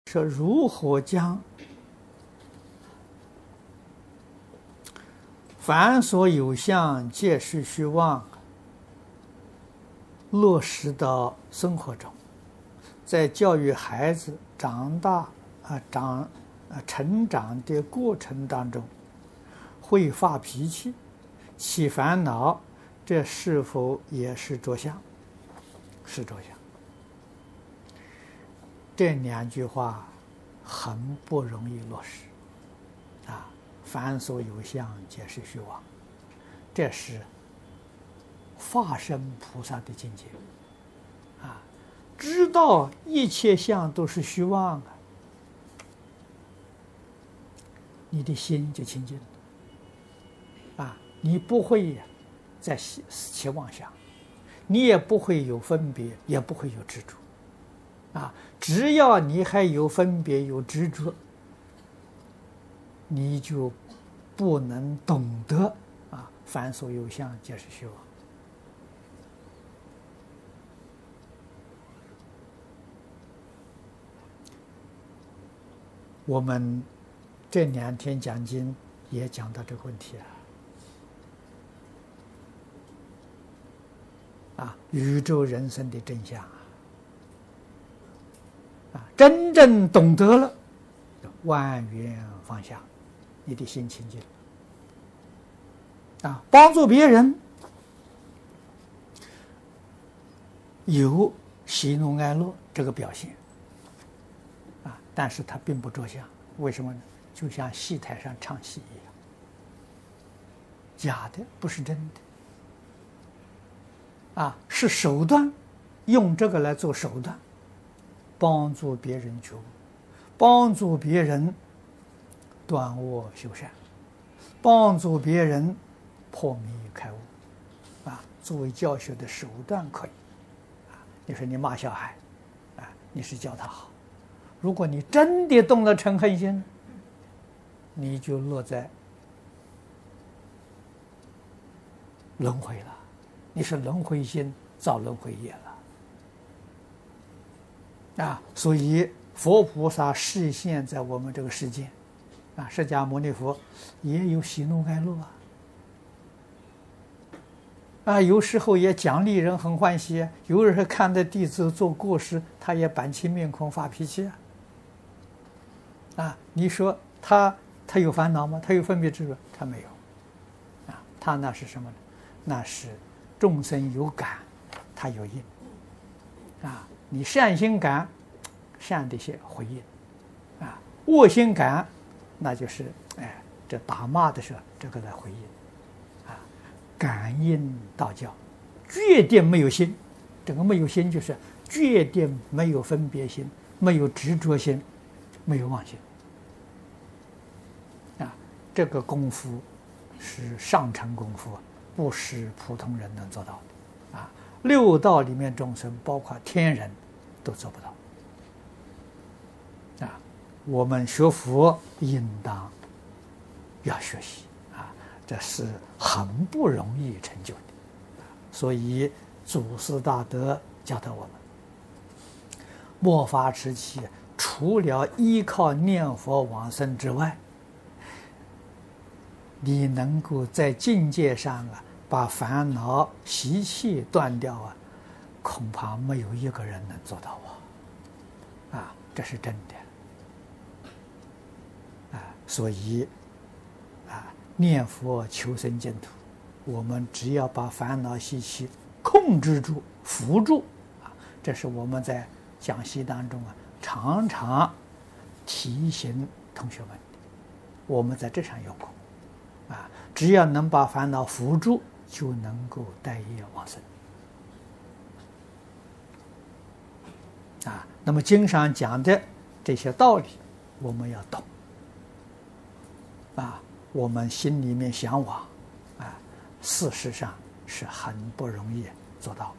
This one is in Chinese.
说如何将凡所有相，皆是虚妄，落实到生活中，在教育孩子长大成长的过程当中，会发脾气、起烦恼，这是否也是着相？是着相。这两句话很不容易落实啊！凡所有相，皆是虚妄，这是化身菩萨的境界啊！知道一切相都是虚妄啊，你的心就清净了啊！你不会再起妄想，你也不会有分别，也不会有执着啊！只要你还有分别有执着，你就不能懂得啊，凡所有相，皆是虚妄。我们这2天讲经也讲到这个问题啊，宇宙人生的真相啊，真正懂得了，万缘放下，你的心清净啊，帮助别人有喜怒哀乐这个表现啊，但是它并不着相，为什么呢？就像戏台上唱戏一样，假的，不是真的啊，是手段，用这个来做手段，帮助别人觉悟，帮助别人断恶修善，帮助别人破迷开悟啊，作为教学的手段可以啊。你说你骂小孩啊，你是教他好，如果你真的动了嗔恨心，你就落在轮回了，你是轮回心造轮回业了啊！所以佛菩萨示现在我们这个世界啊，释迦牟尼佛也有喜怒哀乐啊，有时候也奖励人很欢喜，有时候看到弟子做过失，他也板起面孔发脾气啊！你说他有烦恼吗？他有分别执着？他没有啊，他那是什么呢？那是众生有感，他有应啊。你善心感，善的一些回应啊；恶心感，那就是这打骂的时候，这个来回应啊。感应道教，决定没有心，这个没有心就是决定没有分别心，没有执着心，没有妄心啊。这个功夫是上乘功夫，不是普通人能做到的啊。六道里面众生，包括天人都做不到啊。我们学佛应当要学习啊，这是很不容易成就的。所以祖师大德教导我们，末法时期除了依靠念佛往生之外，你能够在境界上把烦恼习气断掉恐怕没有一个人能做到啊，这是真的啊。所以念佛求生净土，我们只要把烦恼习气控制住、扶住啊，这是我们在讲习当中常常提醒同学们的，我们在这上有功啊，只要能把烦恼扶住，就能够带业往生啊。那么经上讲的这些道理，我们要懂啊，我们心里面向往啊，事实上是很不容易做到。